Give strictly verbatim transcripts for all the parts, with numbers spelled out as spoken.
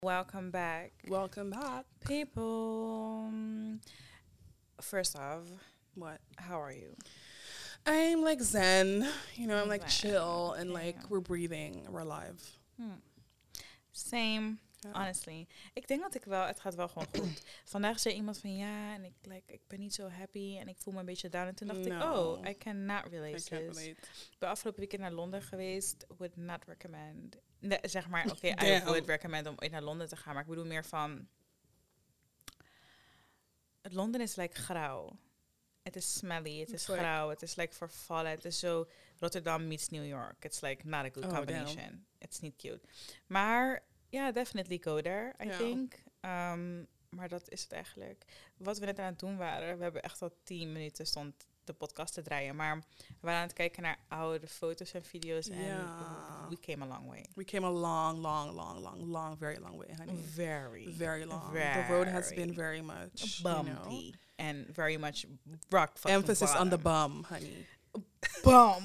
Welcome back. Welcome back. People. First off, What? how are you? I'm like zen. You know, I'm like Zen, chill and okay. like we're breathing. We're alive. Hmm. Same, Ja. honestly. Ik denk dat ik wel, het gaat wel gewoon goed. Vandaag zei iemand van ja, en ik, like, ik ben niet zo happy en ik voel me een beetje down. En toen dacht ik, No. oh, I cannot relate I can't this. relate. Ik ben afgelopen weekend naar Londen geweest. Would not recommend. Nee, zeg maar, oké, I Damn. would recommend om ooit naar Londen te gaan. Maar ik bedoel meer van... Het Londen is like grauw. Het is smelly, het is It's like- grauw, het is like vervallen. Het is zo Rotterdam meets New York. It's like not a good Oh, combination. damn. It's niet cute. Maar ja, yeah, definitely go there, I Ja. think. Um, maar dat is het eigenlijk. Wat we net aan het doen waren, we hebben echt al tien minuten stond de podcast te draaien. Maar we waren aan het kijken naar oude foto's en video's. En Ja. we came a long way. We came a long, long, long, long, long, very long way, honey. Very. Very long. The road has been very very much, you know. bumpy. And very much rock fucking Emphasis on the bottom. bum, honey. Bum.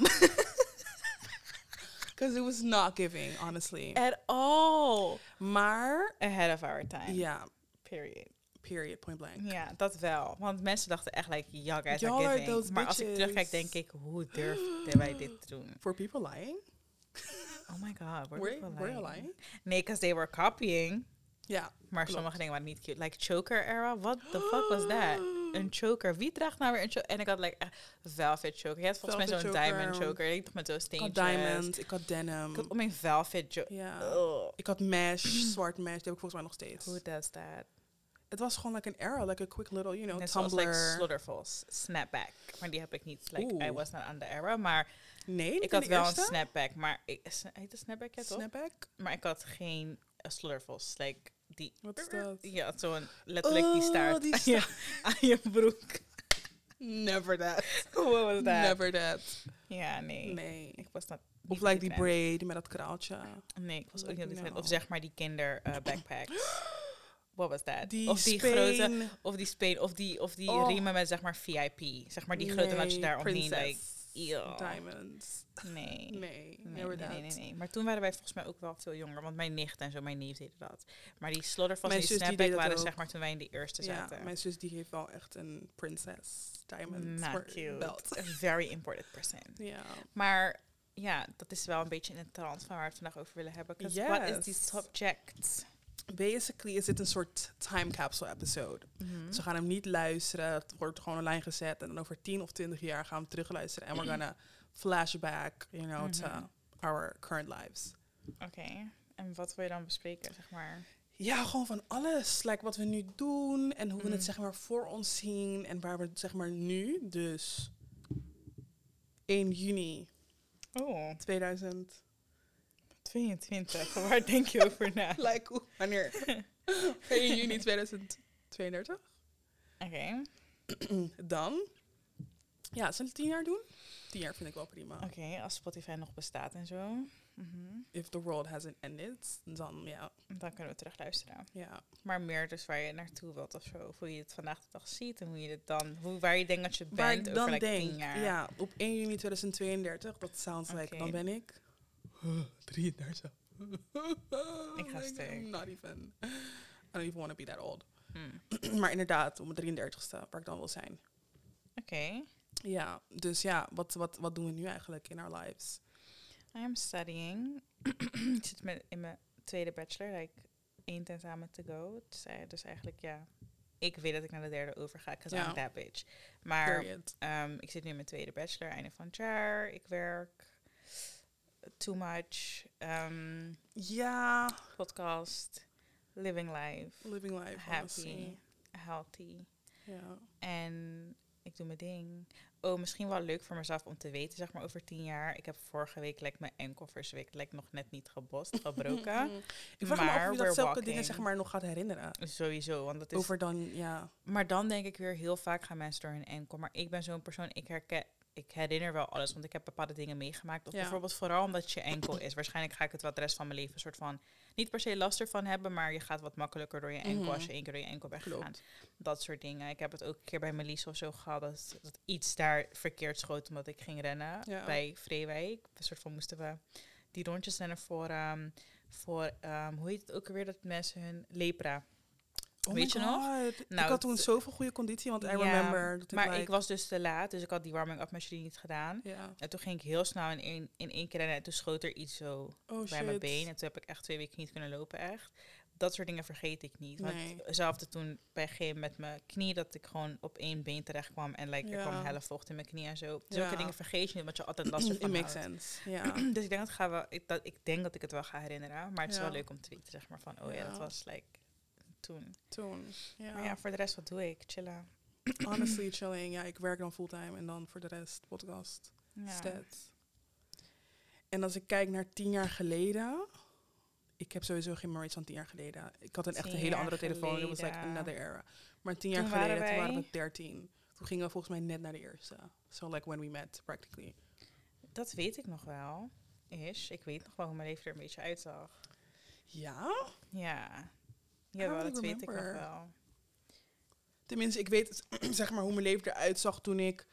Because it was not giving, honestly. At all. Maar, Ahead of our time. ja, Period. period, point blank. Ja, dat wel. Want mensen dachten echt, like, y'all guys Y'all are are giving. those Maar als ik bitches. terugkijk, denk ik, hoe durfden wij dit te doen? For people lying? Oh my god, were, Were, people were you lying? lying? Nee, because they were copying. Ja. Maar Klopt. sommige dingen waren niet cute. Like choker era, what the fuck was that? Een choker. Wie draagt nou weer een choker? En ik had like a velvet choker. Je had volgens mij Velvet zo'n choker. diamond choker. Ik dacht met zo'n Ik steentjes. had diamond, ik had denim. Ik had om een velvet choker. Ja. Ik had mesh, zwart mesh. Die heb ik volgens mij nog steeds. Who does that? Het was gewoon like an era, like a quick little, you know, Net zoals Tumblr. like Slaughterfalls, snapback. Maar die heb ik niet. Like, Oeh. I was not on the era. Maar Nee, niet ik in had de wel eerste? een snapback. Maar ik, sna- heet het snapback, ja toch? Snapback? Maar ik had geen uh, Slaughterfalls. Like, die... Wat is dat? Ja, zo'n letterlijk die Oh, staart die aan je- aan je broek. Never that. What was that? Never that. Ja, nee. Nee. Ik was not... Of niet like die trend. braid met dat kraaltje. Nee, ik was ook Like, niet op die trend. no. Of zeg maar die kinder uh, backpacks. What was that? Die of die Spain- grote, of die Spain, of die, of die Oh. riemen met zeg maar V I P. Zeg maar die grote wat je Nee, daar omheen, like, princess. eeuw. Diamonds. Nee. Nee, Nee, never nee, that. nee, nee, nee. Maar toen waren wij volgens mij ook wel veel jonger. Want mijn nicht en zo, mijn neef deden dat. Maar die Slaughterfalls en Mijn die zus die snapback deed dat waren ook. zeg maar toen wij in de eerste Ja, zaten. mijn zus die heeft wel echt een princess diamond Not voor cute. belt. A very important person. Ja. Maar ja, dat is wel een beetje in het trant van waar we het vandaag over willen hebben. 'Cause what is Yes. die subject? Basically is dit een soort time capsule episode. Mhm. Dus we gaan hem niet luisteren. Het wordt gewoon online gezet. En dan over tien of twintig jaar gaan we hem terugluisteren. En we're gonna flashback, you know, to Mhm. our current lives. Oké. En wat wil je dan bespreken, zeg maar? Ja, gewoon van alles. Like wat we nu doen. En hoe we Mm. het zeg maar voor ons zien. En waar we zeg maar nu. Dus één juni Oh, tweeduizend. tweeëntwintig. Waar denk je over na? Oké. Like hoe- wanneer? één juni tweeduizend tweeëndertig. Dan. Ja, zullen we tien jaar doen? Tien jaar vind ik wel prima. Oké, als Spotify nog bestaat en zo. Mhm. If the world hasn't ended, dan ja. Dan kunnen we terug luisteren. ja. Maar meer dus waar je naartoe wilt of zo. Of hoe je het vandaag de dag ziet. En hoe je het dan... Hoe, waar je denkt dat je Waar bent ik over dan like, denk, tien jaar. ja, op één juni tweeduizend tweeëndertig, dat sounds like, Oké. dan ben ik drieëndertig. Ik ga Like, stuk. I'm not even, I don't even want to be that old. Hmm. Maar inderdaad, op mijn drieëndertigste, waar ik dan wil zijn. Oké. Ja, dus ja, wat, wat, wat doen we nu eigenlijk in our lives? I am studying. Ik zit met, in mijn tweede bachelor. Like, één tentamen to go. Dus, eh, dus eigenlijk, ja... Ik weet dat ik naar de derde overga. Because Ja. I'm that bitch. Maar Period. um, ik zit nu in mijn tweede bachelor. Einde van het jaar. Ik werk. Too much. Um, Ja, podcast. Living life. living life, Happy. honestly. Healthy. Ja. En ik doe mijn ding. Oh, misschien wel leuk voor mezelf om te weten, zeg maar, over tien jaar. Ik heb vorige week like, mijn enkel verzwikt. Like, nog net niet gebost, gebroken. Ik vraag me af Maar of je we're dat zulke walking. dingen zeg maar nog gaat herinneren. Sowieso, want dat is... Over dan, ja. Maar dan denk ik weer, heel vaak gaan mensen door hun enkel. Maar ik ben zo'n persoon, ik herken... Ik herinner wel alles, want ik heb bepaalde dingen meegemaakt. Of Ja. bijvoorbeeld vooral omdat het je enkel is. Waarschijnlijk ga ik het wel de rest van mijn leven soort van... Niet per se last ervan hebben, maar je gaat wat makkelijker door je enkel... Mhm. als je één keer door je enkel bent gegaan. Klopt. Dat soort dingen. Ik heb het ook een keer bij Melis of zo gehad... dat, dat iets daar verkeerd schoot omdat ik ging rennen Ja. bij Vreewijk. Een soort van moesten we die rondjes rennen voor... Um, voor, um, hoe heet het ook alweer, dat mensen hun lepra. Oh Weet je my nog? God. Nou, ik had toen het- zoveel goede conditie, want I Ja, remember. Dat maar like, ik was dus te laat, dus ik had die warming-up machine niet gedaan. Ja. En toen ging ik heel snel in één, in één keer rennen en toen schoot er iets zo Oh bij shit. mijn been. En toen heb ik echt twee weken niet kunnen lopen, echt. Dat soort dingen vergeet ik niet. Want Nee. hetzelfde toen bij geen met mijn knie, dat ik gewoon op één been terecht kwam en like, er Ja. kwam helft vocht in mijn knie en zo. Ja. Zulke dingen vergeet je niet, omdat je altijd last ervan It makes houdt. sense. Ja. Dus ik denk, dat gaan we, ik, dat, ik denk dat ik het wel ga herinneren. Maar het is Ja. wel leuk om te weten, zeg maar, van, oh ja, Ja. dat was like toen. Toen. Ja. Maar ja, voor de rest, wat doe ik? Chillen. Honestly, chilling. Ja, ik werk dan fulltime en dan voor de rest podcast. Ja. Stats. En als ik kijk naar tien jaar geleden, ik heb sowieso geen memories van tien jaar geleden. Ik had een echt een Tien hele jaar andere telefoon. Het was like geleden. another era. Maar tien jaar Toen geleden, waren toen waren wij- we dertien. Toen gingen we volgens mij net naar de eerste. So like when we met, practically. Dat weet ik nog wel. Is. Ik weet nog wel hoe mijn leven er een beetje uitzag. Ja? Ja. Ja, don't dat weet ik nog remember. wel. Tenminste, ik weet zeg maar hoe mijn leven eruit zag toen ik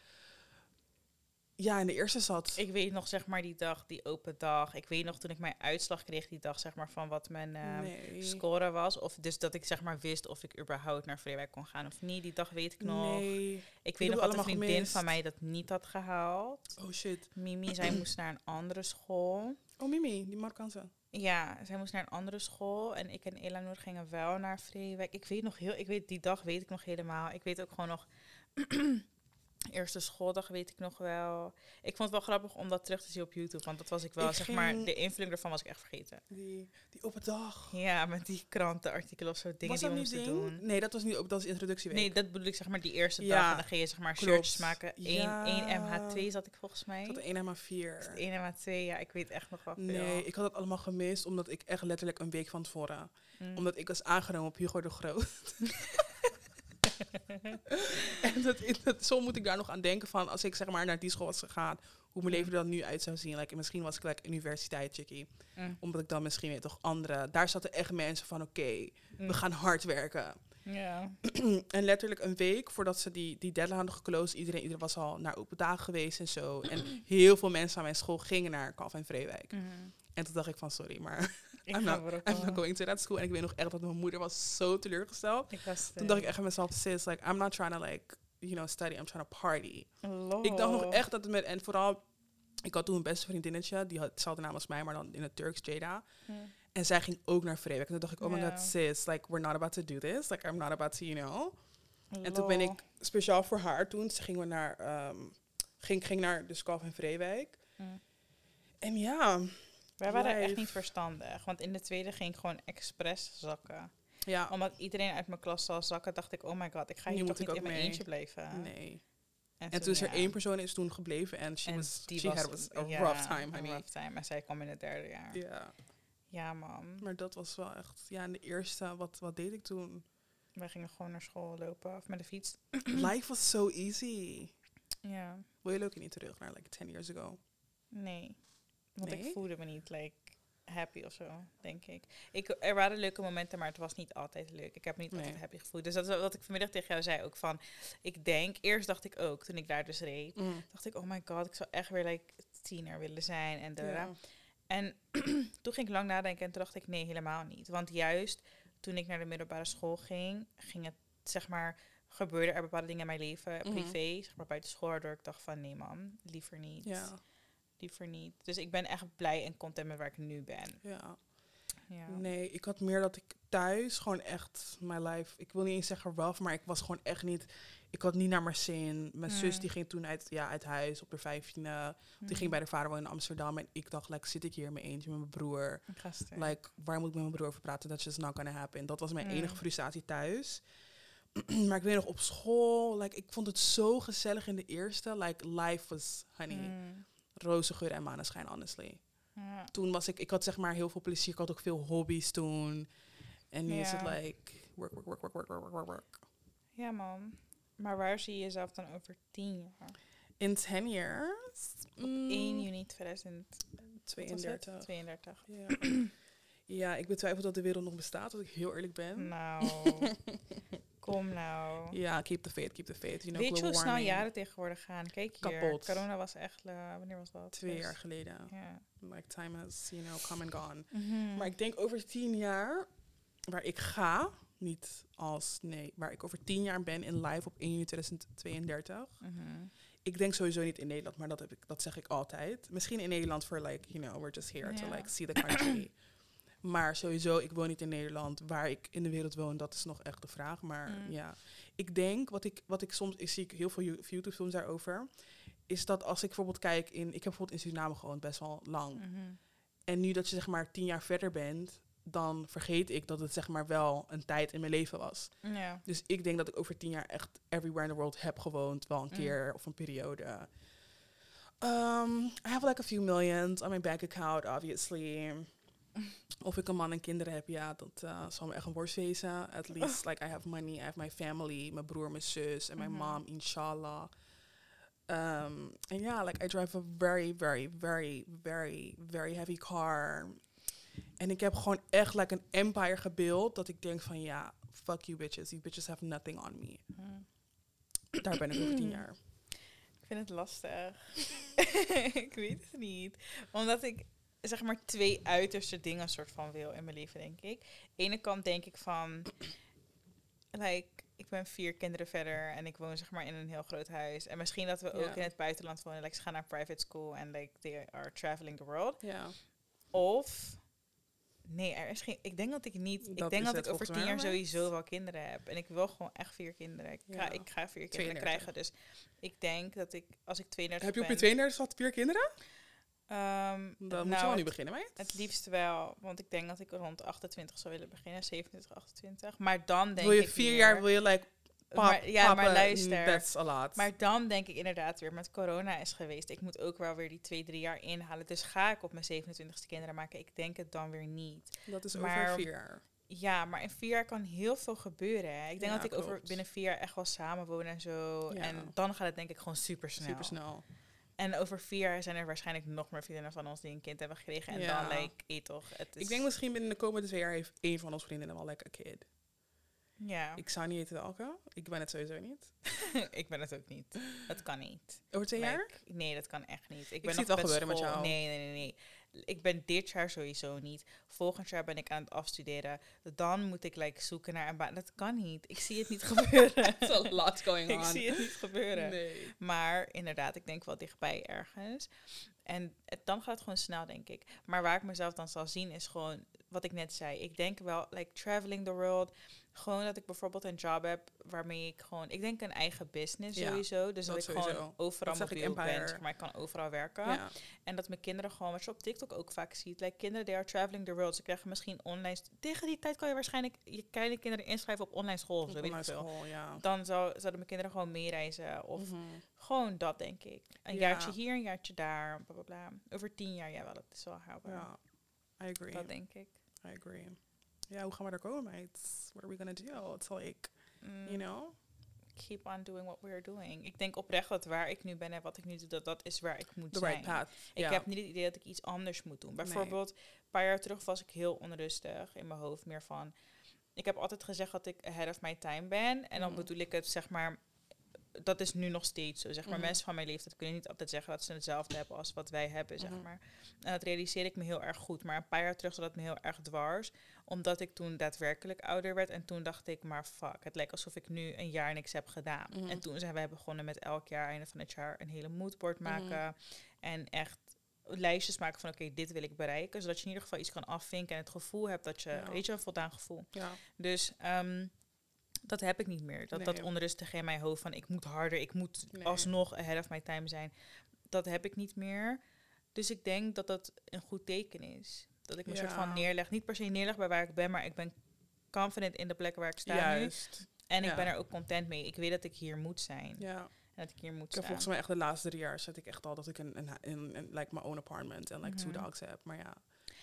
ja, in de eerste zat. Ik weet nog, zeg maar, die dag, die open dag. Ik weet nog toen ik mijn uitslag kreeg die dag, zeg maar, van wat mijn ehm, nee. score was. Of dus dat ik, zeg maar, wist of ik überhaupt naar Vreewijk kon gaan of niet. Die dag weet ik nog. Nee. Ik heb weet nog het dat een allemaal vriendin gemist. van mij dat niet had gehaald. Oh shit. Mimi, zij moest naar een andere school. Oh Mimi, die Marokkaanse. Ja, zij moest naar een andere school en ik en Elanor gingen wel naar Vreewijk. Ik weet nog heel, ik weet die dag weet ik nog helemaal. Ik weet ook gewoon nog eerste schooldag weet ik nog wel. Ik vond het wel grappig om dat terug te zien op YouTube, want dat was ik wel, Ik zeg ging- maar, de invulling ervan was ik echt vergeten. Die, die open dag. Ja, met die krantenartikelen of zo, dingen Was die dat we niet moesten ding? doen. Nee, dat was niet op, dat is introductieweek. Nee, dat bedoel ik, zeg maar, die eerste Ja, dag. En dan ging je, zeg maar, klopt. shirtjes maken. Ja. één M H twee zat ik volgens mij. Ik had één en vier. één M H twee, ja, ik weet echt nog wel veel. Nee, ik had het allemaal gemist, omdat ik echt letterlijk een week van tevoren. Mm. Omdat ik was aangenomen op Hugo de Groot. En dat, dat, zo moet ik daar nog aan denken van, als ik zeg maar naar die school was gegaan, hoe mijn leven er dan nu uit zou zien. Like, misschien was ik like universiteit chickie. Mm. Omdat ik dan misschien weet toch andere. Daar zaten echt mensen van, oké, Mm. we gaan hard werken. Ja. En letterlijk een week voordat ze die, die deadline hadden geclosed, iedereen, iedereen was al naar open dagen geweest en zo. En heel veel mensen aan mijn school gingen naar Kalf en Vreewijk. Mhm. En toen dacht ik van, sorry, maar Ik I'm ga not, er ook I'm wel. not going to that school. En ik weet nog echt dat mijn moeder was zo teleurgesteld. Ik was Toen dacht ik echt aan mezelf, sis, like, I'm not trying to like, you know, study, I'm trying to party. Lol. Ik dacht nog echt dat het met, en vooral, ik had toen een beste vriendinnetje, die had hetzelfde naam als mij, maar dan in het Turks, Jada. Mm. En zij ging ook naar Vreewijk. En toen dacht ik, oh my Ja. god, sis, like, we're not about to do this. Like, I'm not about to, you know. En toen Lol. ben ik speciaal voor haar toen, ze gingen we naar, ehm, ging, ging naar de Kalf en Vreewijk. Mm. En ja, Wij waren echt live. niet verstandig. Want in de tweede ging ik gewoon expres zakken. ja, Omdat iedereen uit mijn klas zal zakken, dacht ik, oh my god, ik ga Nu hier moet toch ik niet in ook mijn mee. eentje blijven. nee. En toen is er ja. één persoon is toen gebleven en she En was, die she was, had was a ja, rough time, een honey. rough time. En zij kwam in het derde jaar. Ja, Ja, man. maar dat was wel echt, ja, in de eerste, wat, wat deed ik toen? Wij gingen gewoon naar school lopen of met de fiets. Life was so easy. Ja, Wil je ook niet terug naar like ten years ago? nee. Want Nee? ik voelde me niet like happy of zo, denk ik. ik. Er waren leuke momenten, maar het was niet altijd leuk. Ik heb me niet Nee. altijd happy gevoeld. Dus dat is wat ik vanmiddag tegen jou zei ook van. Ik denk, eerst dacht ik ook, toen ik daar dus reed, dacht ik, oh my god, ik zou echt weer like tiener willen zijn. En, da, da, da. Ja. en toen ging ik lang nadenken en toen dacht ik, nee, helemaal niet. Want juist toen ik naar de middelbare school ging, ging het, zeg maar, gebeurde er bepaalde dingen in mijn leven, Mhm. privé, zeg maar buiten school, waardoor ik dacht van, nee man, liever niet. Ja, Liever niet. Dus ik ben echt blij en content met waar ik nu ben. ja. Ja. Nee, ik had meer dat ik thuis gewoon echt mijn life, ik wil niet eens zeggen rough, maar ik was gewoon echt niet, ik had niet naar mijn zin. Mijn Mm. zus die ging toen uit, ja, uit huis op de vijftiende. Die ging bij de vader wonen in Amsterdam en ik dacht, like, zit ik hier in mijn eentje met mijn broer? Gasten. Like, waar moet ik met mijn broer over praten? That's just not gonna happen. Dat was mijn Mm. enige frustratie thuis. Maar ik weet nog op school, like, ik vond het zo gezellig in de eerste. Like, life was, honey, Mm. roze geur en maneschijn, honestly. Ja. Toen was ik, ik had zeg maar heel veel plezier. Ik had ook veel hobby's toen. En nu is het Ja. like, work, work, work, work, work, work, work, work. Ja, man. Maar waar zie je jezelf dan over tien jaar? In ten years? Op één juni tweeduizend tweeëndertig. tweeëndertig. Ja. Ja, ik betwijfel dat de wereld nog bestaat, als ik heel eerlijk ben. Nou, Kom nou. Ja, keep the faith, keep the faith. You know, Weet je global hoe snel warming. jaren tegenwoordig gaan? Kijk hier. Kapot. Corona was echt... Uh, wanneer was dat? Twee Dus- jaar geleden. Ja. Like, time has, you know, come and gone. Mhm. Maar ik denk over tien jaar, waar ik ga, niet als, nee, waar ik over tien jaar ben in live op één juni tweeduizend tweeëndertig. Mhm. Ik denk sowieso niet in Nederland, maar dat, heb ik, dat zeg ik altijd. Misschien in Nederland voor, like, you know, we're just here to, Ja. like, see the country. Maar sowieso, ik woon niet in Nederland. Waar ik in de wereld woon, dat is nog echt de vraag. Maar Mm. ja, ik denk, wat ik, wat ik soms, ik zie heel veel YouTube-films daarover, is dat als ik bijvoorbeeld kijk in, ik heb bijvoorbeeld in Suriname gewoond best wel lang. Mhm. En nu dat je zeg maar tien jaar verder bent, dan vergeet ik dat het zeg maar wel een tijd in mijn leven was. Ja. Dus ik denk dat ik over tien jaar echt everywhere in the world heb gewoond, wel een Mm. keer of een periode. Um, I have like a few millions on my bank account, obviously. Of ik een man en kinderen heb, ja, dat uh, zal me echt een worst wezen. At least, like, I have money, I have my family, mijn broer, mijn zus en mijn Mhm. mom, inshallah. Um, and yeah, like, I drive a very, very, very, very, very heavy car. En ik heb gewoon echt, like, een empire gebeeld, dat ik denk van, ja, fuck you bitches. You bitches have nothing on me. Mhm. Daar ben ik over tien jaar. Ik vind het lastig. Ik weet het niet. Omdat ik, zeg maar, twee uiterste dingen soort van wil in mijn leven, denk ik. Aan de ene kant denk ik van... like, ik ben vier kinderen verder en ik woon zeg maar in een heel groot huis. En misschien dat we Ja. ook in het buitenland wonen. Like, ze gaan naar private school en like, they are traveling the world. Ja. Of... Nee, er is geen... Ik denk dat ik niet... ik Dat denk is dat het ik over volgens tien mij jaar wel, meid. sowieso wel kinderen heb. En ik wil gewoon echt vier kinderen. Ik ga, Ja. ik ga vier kinderen tweeëndertig. krijgen. Dus ik denk dat ik, als ik tweeëndertig Heb je op je ben... tweeëndertig al vier kinderen? Ehm, Dan moet je nou, wel nu het- beginnen, meid. Het liefst wel, want ik denk dat ik rond achtentwintig zou willen beginnen, zevenentwintig, achtentwintig. Maar dan denk Wil je ik vier meer- jaar, wil je like, pop, maar, ja, papa, maar luister. That's a lot. Maar dan denk ik inderdaad weer, met corona is geweest, ik moet ook wel weer die twee, drie jaar inhalen. Dus ga ik op mijn zevenentwintigste kinderen maken? Ik denk het dan weer niet. dat is maar- over vier jaar. Ja, maar in vier jaar kan heel veel gebeuren. Hè. Ik denk Ja, dat ik over klopt. binnen vier jaar echt wel samenwoon en zo. Ja. En dan gaat het denk ik gewoon super snel. Super snel. En over vier jaar zijn er waarschijnlijk nog meer vriendinnen van ons die een kind hebben gekregen. En Ja. dan, like, eh, toch, het is... Ik denk misschien binnen de komende twee jaar heeft één van onze vriendinnen wel like a kid. Ja, Ik zou niet weten welke. Ik ben het sowieso niet. ik ben het ook niet. Dat kan niet. Over twee jaar? Like, nee, dat kan echt niet. Ik, zie ben het nog wel met gebeuren met school. jou. Nee, nee, nee, nee. Ik ben dit jaar sowieso niet. Volgend jaar ben ik aan het afstuderen. Dan moet ik like, zoeken naar een baan. Dat kan niet. Ik zie het niet gebeuren. There's a lot going on. Ik zie het niet gebeuren. Nee. Maar inderdaad, ik denk wel dichtbij ergens. En het, dan gaat het gewoon snel, denk ik. Maar waar ik mezelf dan zal zien is gewoon wat ik net zei. Ik denk wel, like traveling the world. Gewoon dat ik bijvoorbeeld een job heb waarmee ik gewoon... Ik denk een eigen business Ja, sowieso. Dus dat, dat ik sowieso. gewoon overal Dat zeg ik, mobiel ben. empire. Zeg maar ik kan overal werken. Ja. En dat mijn kinderen gewoon, wat je op TikTok ook vaak ziet. Like kinderen, they are traveling the world. Ze krijgen misschien online... st- Tegen die tijd kan je waarschijnlijk je kleine kinderen inschrijven op online school. Of zo, Op weet ik online veel. school, ja. Dan zou, zouden mijn kinderen gewoon meereizen. Of Mhm. gewoon dat, denk ik. Een Ja. jaartje hier, een jaartje daar, bla bla bla. Over tien jaar, ja wel, dat is wel haalbaar. Ja, I agree. Dat denk ik. I agree. Ja, hoe gaan we daar komen, meid? What are we gonna do? It's like, Mm, you know? Keep on doing what we're doing. Ik denk oprecht dat waar ik nu ben en wat ik nu doe, dat dat is waar ik moet The zijn. right path. Ik Ja. heb niet het idee dat ik iets anders moet doen. Nee. Bijvoorbeeld, een paar jaar terug was ik heel onrustig in mijn hoofd. Meer van, ik heb altijd gezegd dat ik ahead of my time ben. En dan Mhm. bedoel ik het, zeg maar, dat is nu nog steeds zo. Zeg maar, Mhm. mensen van mijn leeftijd kunnen niet altijd zeggen dat ze hetzelfde hebben als wat wij hebben, zeg Mhm. maar. En dat realiseer ik me heel erg goed. Maar een paar jaar terug zat het me heel erg dwars. Omdat ik toen daadwerkelijk ouder werd. En toen dacht ik, maar fuck, het lijkt alsof ik nu een jaar niks heb gedaan. Mhm. En toen zijn wij begonnen met elk jaar, einde van het jaar, een hele moodboard Mhm. maken. En echt lijstjes maken van, oké, dit wil ik bereiken. Zodat je in ieder geval iets kan afvinken en het gevoel hebt dat je, Ja. weet je, een voldaan gevoel. Ja. Dus ehm, dat heb ik niet meer. Dat, dat Nee. onrustige in mijn hoofd van, ik moet harder, ik moet Nee. alsnog ahead of my time zijn. Dat heb ik niet meer. Dus ik denk dat dat een goed teken is. Dat ik me Ja. soort van neerleg. Niet per se neerleg bij waar ik ben, maar ik ben confident in de plek waar ik sta nu. Juist. En ik Ja. ben er ook content mee. Ik weet dat ik hier moet zijn. Ja. En dat ik hier moet Ik heb staan. volgens mij echt de laatste drie jaar zet ik echt al dat ik een, een, een, een like my own apartment en like Mhm. two dogs heb. Maar ja,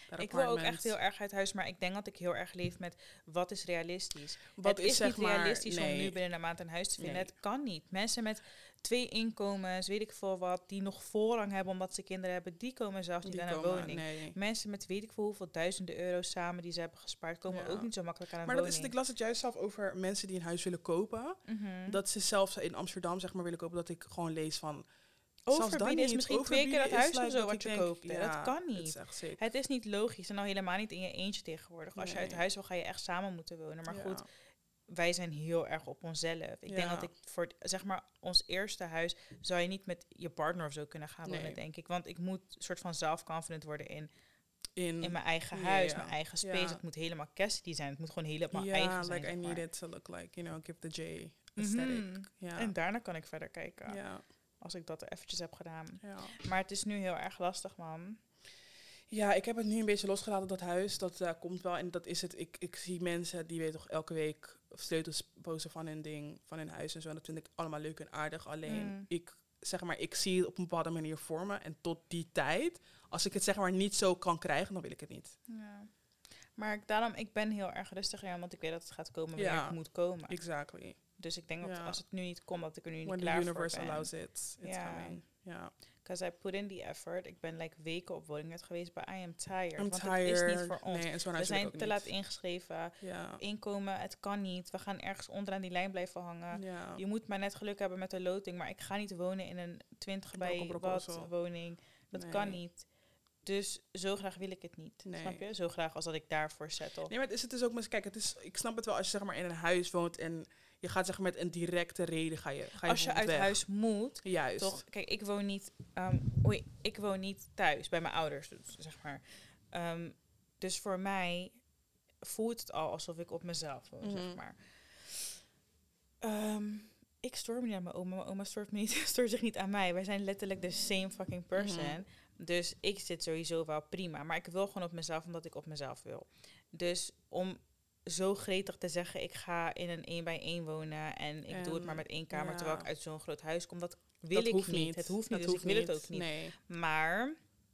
dat Ik wil ook apartment. echt heel erg uit huis, maar ik denk dat ik heel erg leef met wat is realistisch. Wat Het is, zeg niet maar, realistisch om nee. nu binnen een maand een huis te vinden. Nee. Het kan niet. Mensen met twee inkomens, weet ik veel wat, die nog voorrang hebben omdat ze kinderen hebben, die komen zelfs niet Die aan komen, een woning. nee. Mensen met weet ik veel hoeveel duizenden euro's samen die ze hebben gespaard, komen Ja. ook niet zo makkelijk aan een Maar dat is, woning. ik las het juist zelf over mensen die een huis willen kopen. Mhm. Dat ze zelfs in Amsterdam zeg maar willen kopen, dat ik gewoon lees van... zelfs dat Overbieden is niet. misschien twee keer Overbieden dat is huis of like zo dat wat ik je denk, koopt. hè. ja, dat kan Het niet. is echt sick. Het is niet logisch. En al helemaal niet in je eentje tegenwoordig. Als je Nee. uit huis wil, ga je echt samen moeten wonen. Maar Ja. goed, wij zijn heel erg op onszelf. Ik denk Ja. dat ik voor, het- zeg maar, ons eerste huis zou je niet met je partner of zo kunnen gaan wonen, Nee. denk ik. Want ik moet soort van zelfconfident worden in, In, in mijn eigen Ja, huis, ja. mijn eigen space. Ja. Het moet helemaal Cassidy zijn. Het moet gewoon helemaal ja, eigen zijn. like I zeg need maar. it to look like, you know, give the J aesthetic. Mhm. Ja. En daarna kan ik verder kijken. ja. Als ik dat eventjes heb gedaan. Ja. Maar het is nu heel erg lastig, man. Ja, ik heb het nu een beetje losgelaten, dat huis. Dat eh, komt wel en dat is het. Ik, ik zie mensen die weten toch elke week sleutels posten van hun ding, van hun huis en zo. En dat vind ik allemaal leuk en aardig. Alleen, Mm. ik zeg maar, ik zie het op een bepaalde manier voor me. En tot die tijd, als ik het zeg maar niet zo kan krijgen, dan wil ik het niet. Ja. Maar ik, daarom, ik ben heel erg rustig in, want ik weet dat het gaat komen wanneer Ja. het moet komen. Exactly. Dus ik denk dat Ja. als het nu niet komt, dat ik er nu niet When the klaar universe voor ben. allows it, it's Ja. coming. Ja. Because I put in the effort. Ik ben like weken op woningnet geweest, but I am tired. I'm want tired. het is niet voor ons. Nee, en zo'n We huis wil ik zijn ook te niet. laat ingeschreven. Ja. Inkomen, het kan niet. We gaan ergens onderaan die lijn blijven hangen. Ja. Je moet maar net geluk hebben met de loting. Maar ik ga niet wonen in een twintig bij Brokkel, brokkel wat zo. woning. Dat Nee. kan niet. Dus zo graag wil ik het niet. Nee. Snap je? Zo graag als dat ik daarvoor settle. Nee, maar het is het dus ook met, kijk, het is, ik snap het wel als je zeg maar in een huis woont en je gaat zeg maar met een directe reden ga je, ga je Als je uit weg. huis moet, Juist. toch? Kijk, ik woon niet, ehm, oei, ik woon niet thuis bij mijn ouders, dus, zeg maar. Ehm, dus voor mij voelt het al alsof ik op mezelf woon, Mhm. zeg maar. Ehm, ik stoor me niet aan mijn oma. Mijn oma stoort, me niet, stoort zich niet aan mij. Wij zijn letterlijk de same fucking person. Mhm. Dus ik zit sowieso wel prima. Maar ik wil gewoon op mezelf, omdat ik op mezelf wil. Dus om zo gretig te zeggen, ik ga in een één bij één wonen en ik doe het En, maar met één kamer, ja. terwijl ik uit zo'n groot huis kom, dat wil dat ik hoeft niet. niet. Het hoeft Dat niet, dus ik wil het ook niet. Nee. Maar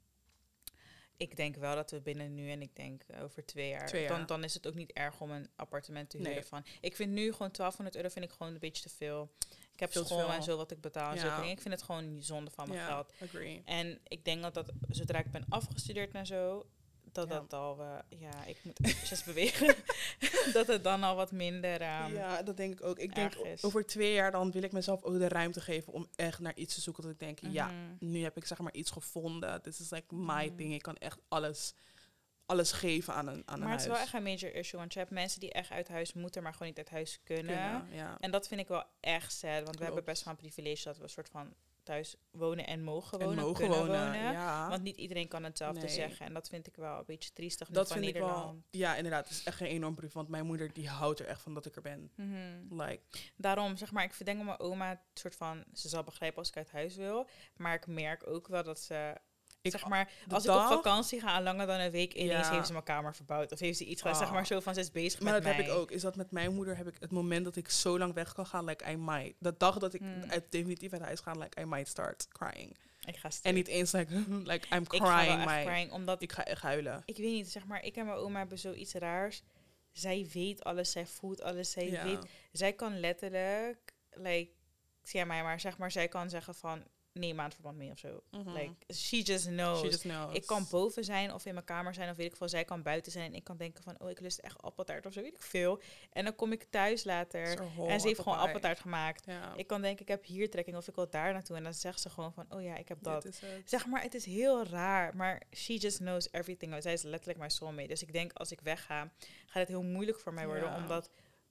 ik denk wel dat we binnen nu en ik denk over twee jaar, Twee jaar. Dan, dan is het ook niet erg om een appartement te huren Nee. van. Ik vind nu gewoon twaalfhonderd euro vind ik gewoon een beetje te veel. Ik heb Veel te school veel. en zo wat ik betaal en Ja. zulke dingen. Ik vind het gewoon zonde van mijn Ja, geld. agree. En ik denk dat, dat zodra ik ben afgestudeerd en zo, dat Ja. dat al, eh, ja, ik moet eventjes bewegen, dat het dan al wat minder um, Ja, dat denk ik ook. Ik denk erg is. over twee jaar dan wil ik mezelf ook de ruimte geven om echt naar iets te zoeken dat ik denk, ja, mhm. nu heb ik zeg maar iets gevonden. This is like my Mhm. thing. Ik kan echt alles, alles geven aan een, aan Maar een het is huis. wel echt een major issue, want je hebt mensen die echt uit huis moeten, maar gewoon niet uit huis kunnen. Kunnen, ja. En dat vind ik wel echt sad, want we Klopt. hebben best wel een privilege dat we een soort van thuis wonen en mogen En wonen, mogen kunnen wonen, wonen. ja. Want niet iedereen kan hetzelfde Nee. zeggen. En dat vind ik wel een beetje triestig nu Dat van vind ik wel, Nederland. ja, inderdaad. Het is echt een enorm brief, want mijn moeder die houdt er echt van dat ik er ben. Mhm. Like, Daarom, zeg maar, ik verdenk mijn oma soort van, ze zal begrijpen als ik uit huis wil. Maar ik merk ook wel dat ze, ik, zeg maar, de als dag- ik op vakantie ga en langer dan een week, ineens Ja. heeft ze mijn kamer verbouwd. Of heeft ze iets gedaan, Ah. zeg maar, zo van, ze is bezig maar met dat mij. heb ik ook. Is dat met mijn moeder heb ik het moment dat ik zo lang weg kan gaan, like I might. De dag dat ik Mm. uit, definitief uit huis ga, like I might start crying. Ik ga En niet eens like, like I'm Ik ga wel crying, echt maar crying, omdat ik ga echt huilen. ik weet niet, zeg maar, ik en mijn oma hebben zoiets raars. Zij weet alles, zij voelt alles, zij Ja. weet. Zij kan letterlijk, like, zie jij mij maar, zeg maar, zij kan zeggen van, nee, maandverband mee of zo. Mhm. Like, she just knows. She just knows. Ik kan boven zijn of in mijn kamer zijn of weet ik veel. Zij kan buiten zijn en ik kan denken van, oh, ik lust echt appeltaart of zo, weet ik veel. En dan kom ik thuis later Zo'n whole en ze heeft gewoon apple pie. appeltaart gemaakt. Ja. Ik kan denken, ik heb hier trekking of ik wil daar naartoe. En dan zegt ze gewoon van, oh ja, ik heb dat. Dit is het. Zeg maar, het is heel raar, maar she just knows everything. Zij is letterlijk mijn soulmate. Dus ik denk, als ik wegga, gaat het heel moeilijk voor mij worden. Ja. Omdat,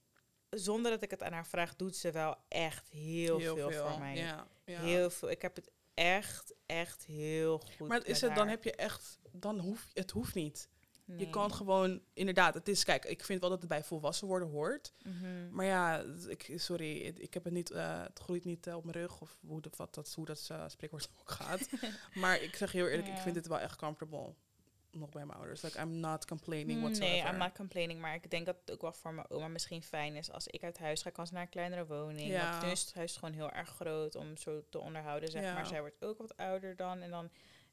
zonder dat ik het aan haar vraag, doet ze wel echt heel, veel, voor mij. Ja, ja. Heel veel. Ik heb het echt, echt heel goed Maar is met het, dan haar. heb je echt, dan hoef het hoeft niet. Je Nee. kan gewoon, inderdaad, het is, kijk, ik vind wel dat het bij volwassen worden hoort. Mhm. Maar ja, ik, sorry, ik, ik heb het niet, eh, het groeit niet eh, op mijn rug of hoe, de, wat, dat, hoe dat uh, spreekwoord ook gaat. Maar ik zeg heel eerlijk, Ja. ik vind het wel echt comfortable. Nog bij mijn ouders. Like, I'm not complaining Mm, whatsoever. Nee, I'm not complaining. Maar ik denk dat het ook wel voor mijn oma misschien fijn is. Als ik uit huis ga, kan ze naar een kleinere woning. Ja. Want nu is het huis gewoon heel erg groot om zo te onderhouden, zeg Ja. maar. Zij wordt ook wat ouder dan. En dan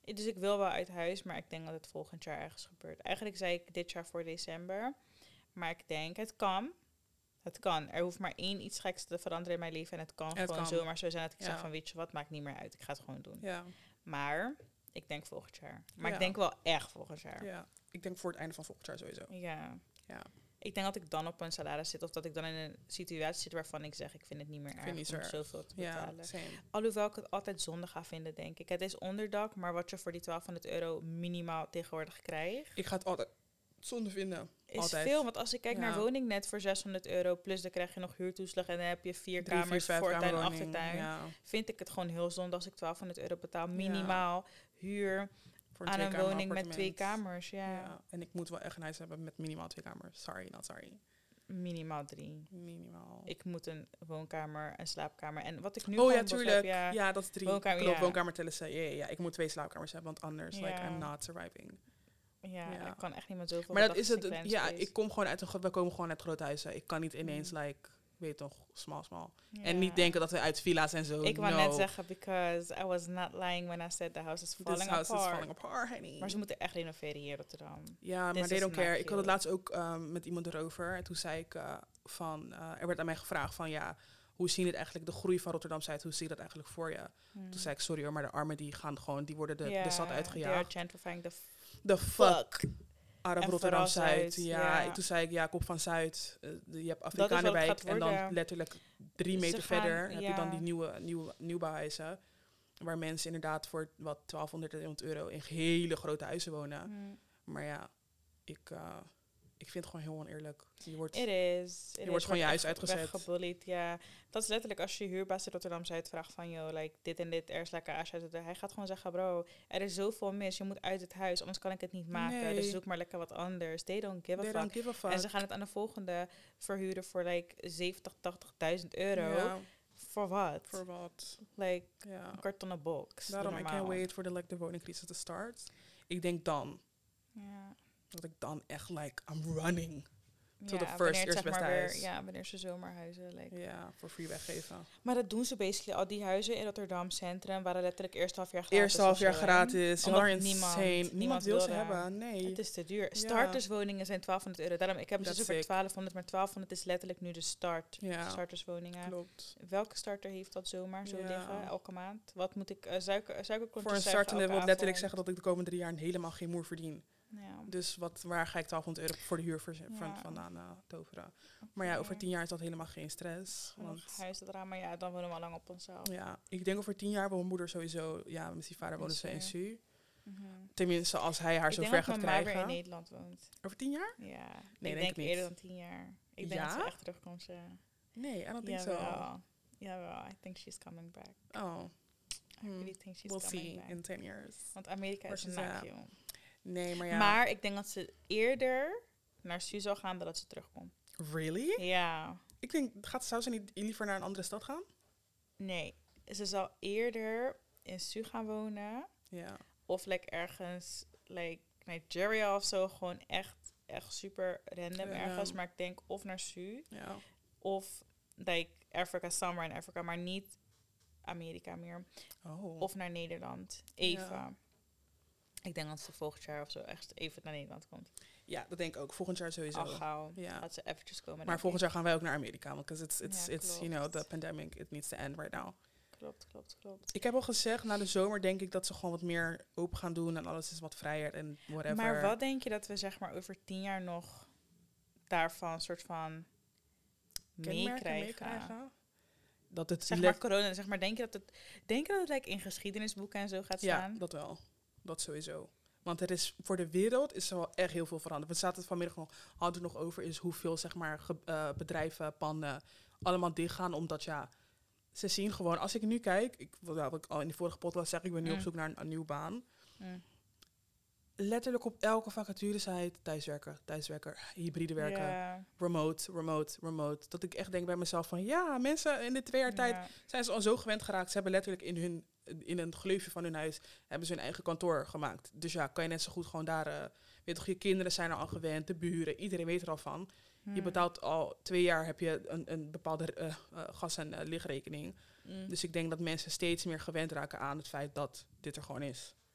Dus ik wil wel uit huis, maar ik denk dat het volgend jaar ergens gebeurt. Eigenlijk zei ik dit jaar voor december. Maar ik denk, het kan. Het kan. Er hoeft maar één iets geks te veranderen in mijn leven. En het kan En het gewoon kan. zomaar zo zijn dat ik Ja. zeg van, weet je wat, maakt niet meer uit. Ik ga het gewoon doen. Ja. Maar ik denk volgend jaar. Maar Ja. ik denk wel echt volgend jaar. ja, ik denk voor het einde van volgend jaar sowieso. Ja. Ja. Ik denk dat ik dan op een salaris zit. Of dat ik dan in een situatie zit waarvan ik zeg, ik vind het niet meer Vind erg niet om zo erg. zoveel te Ja, betalen. same. Alhoewel ik het altijd zonde ga vinden, denk ik. Het is onderdak, maar wat je voor die twaalfhonderd euro minimaal tegenwoordig krijgt, Ik ga het altijd zonde vinden. is Altijd. veel. Want als ik kijk Ja. naar woningnet voor zeshonderd euro, plus dan krijg je nog huurtoeslag en dan heb je vier Drie, kamers, vier, vijf voortuin, kamerwoning. achtertuin. Ja, Vind ik het gewoon heel zonde als ik twaalfhonderd euro betaal, minimaal huur voor aan een tweekamer woning met twee appartement. kamers. Ja, Ja. En ik moet wel echt een huis hebben met minimaal twee kamers. Sorry, not sorry. minimaal drie. Minimaal. Ik moet een woonkamer, een slaapkamer. En wat ik nu oh ja, gewoon pas tuurlijk. heb, Ja, ja, dat is drie. woonkamer, Klopt, ja. woonkamer tellen ze. Ja, ja, ja, ik moet twee slaapkamers hebben, want anders, like, Ja. I'm not surviving. ja, Ja. ik kan echt niet met zoveel. Maar dat is gedachten het. in Ja, kleine space. ik kom gewoon uit een, ge- we komen gewoon uit grote huizen. Ik kan niet ineens, Mm. like, weet je toch, small, small. Ja. En niet denken dat we uit villa's en zo. Ik wou no. net zeggen, because I was not lying when I said the house is This falling house apart. is falling apart, honey. Maar ze moeten echt renoveren hier in Rotterdam. Ja, This maar they is don't not care. Ik had het cute. laatst ook um, met iemand erover. En toen zei ik uh, van... Uh, er werd aan mij gevraagd van... Ja, hoe zie je het eigenlijk, de groei van Rotterdam-Zuid? Hoe zie je dat eigenlijk voor je? Hmm. Toen zei ik, sorry hoor, maar de armen die gaan gewoon... Die worden de, Ja, de stad they are uitgejaagd. gentrifying the The fuck? fuck. Out of En Rotterdam-Zuid. vooral Ja, Zuid, ja. toen zei ik, ja, ik kom van Zuid. Uh, je hebt wat het Afrikanerwijk. gaat En dan worden. letterlijk drie Ze meter gaan- verder heb je ja. dan die nieuwe, nieuwe nieuwbouwhuizen. Waar mensen inderdaad voor wat twaalfhonderd euro in hele grote huizen wonen. Hmm. Maar ja, ik, uh, ik vind het gewoon heel oneerlijk. Je wordt, It is. It je is. wordt gewoon je huis echt uitgezet. weggebullied, ja. Dat is letterlijk als je huurbaas in Rotterdam-Zuid vraagt van... Yo, like, dit en dit, er is lekker asje uit het... Hij gaat gewoon zeggen, bro, er is zoveel mis. Je moet uit het huis, anders kan ik het niet maken. Nee. Dus zoek maar lekker wat anders. They don't give a They fuck. don't give a fuck. En ze gaan het aan de volgende verhuren voor like zeventig, tachtigduizend euro. Ja, Voor wat? voor wat? Like Ja. een kartonnen box. Doe Daarom, I can't normaal. wait for the, like, de woningcrisis to start. Ik denk dan, Ja. dat ik dan echt, like, I'm running. To the Ja, first, wanneer het, eerst zeg beste maar weer, huis. ja, wanneer ze zomerhuizen. Like. Ja, voor free weggeven. Maar dat doen ze basically. Al die huizen in Rotterdam Centrum waren letterlijk eerst half jaar gratis. Eerste half of jaar zo, hè? gratis. Omdat Are niemand- insane. Niemand, niemand wil ze wilde. hebben. Nee. Het is te duur. Ja. Starterswoningen zijn twaalfhonderd euro. Daarom, ik heb That's ze voor sick. twaalfhonderd, maar twaalfhonderd is letterlijk nu de start. Ja. Starterswoningen. Klopt. Welke starter heeft dat zomaar zo Ja. liggen, elke maand? Wat moet ik, uh, suiker, suikerklontjes Voor een zuigen startende wil elke letterlijk avond? zeggen dat ik de komende drie jaar helemaal geen moer verdien. Ja. Dus wat, waar ga ik twaalfhonderd euro voor de huur voor, van, Ja. vandaan uh, toveren? Maar ja, over tien jaar is dat helemaal geen stress. Genoeg Want huis eraan, maar ja, dan wonen we al lang op onszelf. ja, ik denk over tien jaar wil mijn moeder sowieso... Ja, met die vader In wonen ze in Su. Su. Mhm. Tenminste, als hij haar Ik zo denk ver dat gaat mijn ma weer in krijgen. Nederland woont. Over tien jaar? Ja, ik denk denk ik niet. eerder dan tien jaar. Ik denk Ja? dat ze echt terugkomt. Ja. Nee, I don't think so. Jawel. Jawel, I think she's coming back. Oh, I Hmm. really think she's we'll coming see back. in ten years. Want Amerika Where is een she's at. naakje. Nee, maar ja. Maar ik denk dat ze eerder naar Su zal gaan dan dat ze terugkomt. Really? Ja. Ik denk, gaat, zou ze niet liever naar een andere stad gaan? Nee, ze zal eerder in Su gaan wonen. Ja. Of like ergens, like Nigeria of zo. Gewoon echt, echt super random Ja. ergens. Maar ik denk of naar Su. Ja. Of like Africa, somewhere in Africa. Maar niet Amerika meer. Oh. Of naar Nederland. Even. Ja. Ik denk dat ze volgend jaar of zo echt even naar Nederland komt. Ja, dat denk ik ook. Volgend jaar sowieso. Al gauw. Ja. Laat ze eventjes komen. Maar denk volgend ik. jaar gaan wij ook naar Amerika. Because it's, it's, Ja, it's you klopt. know, the pandemic, it needs to end right now. Klopt, klopt, klopt. Ik heb al gezegd, na de zomer denk ik dat ze gewoon wat meer open gaan doen. En alles is wat vrijer en whatever. Maar wat denk je dat we zeg maar over tien jaar nog daarvan soort van Kenmerken meekrijgen? meekrijgen? Dat het Zeg le- maar corona, zeg maar, denk je dat het, denk je dat het like, in geschiedenisboeken en zo gaat Ja, staan? dat wel. Dat sowieso. Want er is, voor de wereld is er wel echt heel veel veranderd. We zaten het vanmiddag nog, hadden het nog over, is hoeveel zeg maar, ge- uh, bedrijven, panden, allemaal dichtgaan. Omdat ja, ze zien gewoon, als ik nu kijk, ik, wat ik al in de vorige podcast zeg, ik ben nu Mm. op zoek naar een, een nieuwe baan. Mm. Letterlijk op elke vacaturesite thuiswerken, thuiswerken, hybride werken, Ja, remote, remote, remote. Dat ik echt denk bij mezelf van, ja, mensen in de twee jaar tijd ja. zijn ze al zo gewend geraakt. Ze hebben letterlijk in hun in een gleufje van hun huis hebben ze hun eigen kantoor gemaakt. Dus ja, kan je net zo goed gewoon daar... Uh, weet toch, je kinderen zijn er al gewend, de buren, iedereen weet er al van. Hmm. Je betaalt al twee jaar, heb je een, een bepaalde uh, uh, gas- en uh, lichtrekening. Mm. Dus ik denk dat mensen steeds meer gewend raken aan het feit dat dit er gewoon is.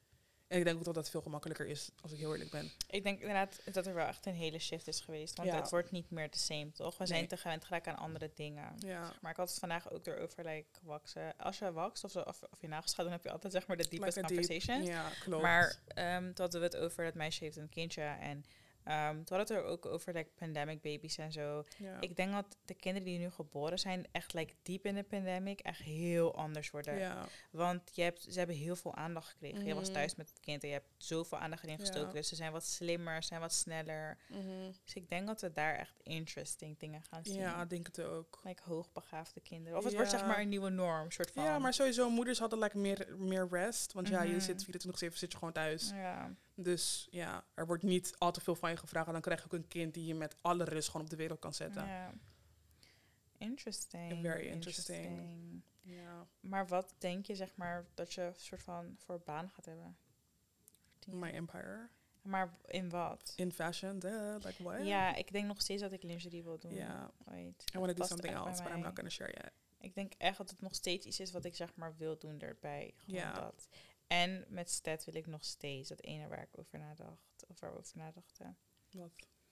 En ik denk ook dat dat veel gemakkelijker is, als ik heel eerlijk ben. Ik denk inderdaad dat er wel echt een hele shift is geweest. Want Ja. het wordt niet meer the same, toch? We zijn Nee. te gewend geraakt aan andere dingen. Ja. Maar ik had het vandaag ook erover, like, waksen. Als je wakst of, zo, of, of je nagels gaat, dan heb je altijd zeg maar de deepest Like a deep- conversation. Ja, klopt. Maar um, toen hadden we het over, dat meisje heeft een kindje. En um, toen hadden we het er ook over like, pandemic babies en zo. ja. Ik denk dat de kinderen die nu geboren zijn, echt like, diep in de pandemic, echt heel anders worden. ja. Want je hebt, ze hebben heel veel aandacht gekregen. Je was Mhm. thuis met het kind en je hebt zoveel aandacht erin gestoken. Ja. Dus ze zijn wat slimmer, zijn wat sneller. Mhm. Dus ik denk dat we daar echt interesting dingen gaan zien. Ja, ik denk het ook. Like hoogbegaafde kinderen. Of het wordt Ja. zeg maar een nieuwe norm, soort van. Ja, maar sowieso, moeders hadden like, meer, meer rest. Want ja, je Mhm. zit vierentwintig zeven zit je gewoon thuis. Ja. Dus ja, er wordt niet al te veel van je gevraagd. En dan krijg je ook een kind die je met alle rust gewoon op de wereld kan zetten. Ja. Interesting. Very interesting. Ja. Maar wat denk je, zeg maar, dat je soort van voor baan gaat hebben? Tien My jaar. empire. Maar in wat? In fashion, duh, like what? Ja, ik denk nog steeds dat ik lingerie wil doen. Ja. Ooit. I want to do Past something echt bij else, but I'm mij. not gonna share yet. Ik denk echt dat het nog steeds iets is wat ik zeg maar wil doen erbij. Gewoon Ja. dat. En met Stat wil ik nog steeds dat ene waar ik over nadacht. Of waar we over nadachten. Wat?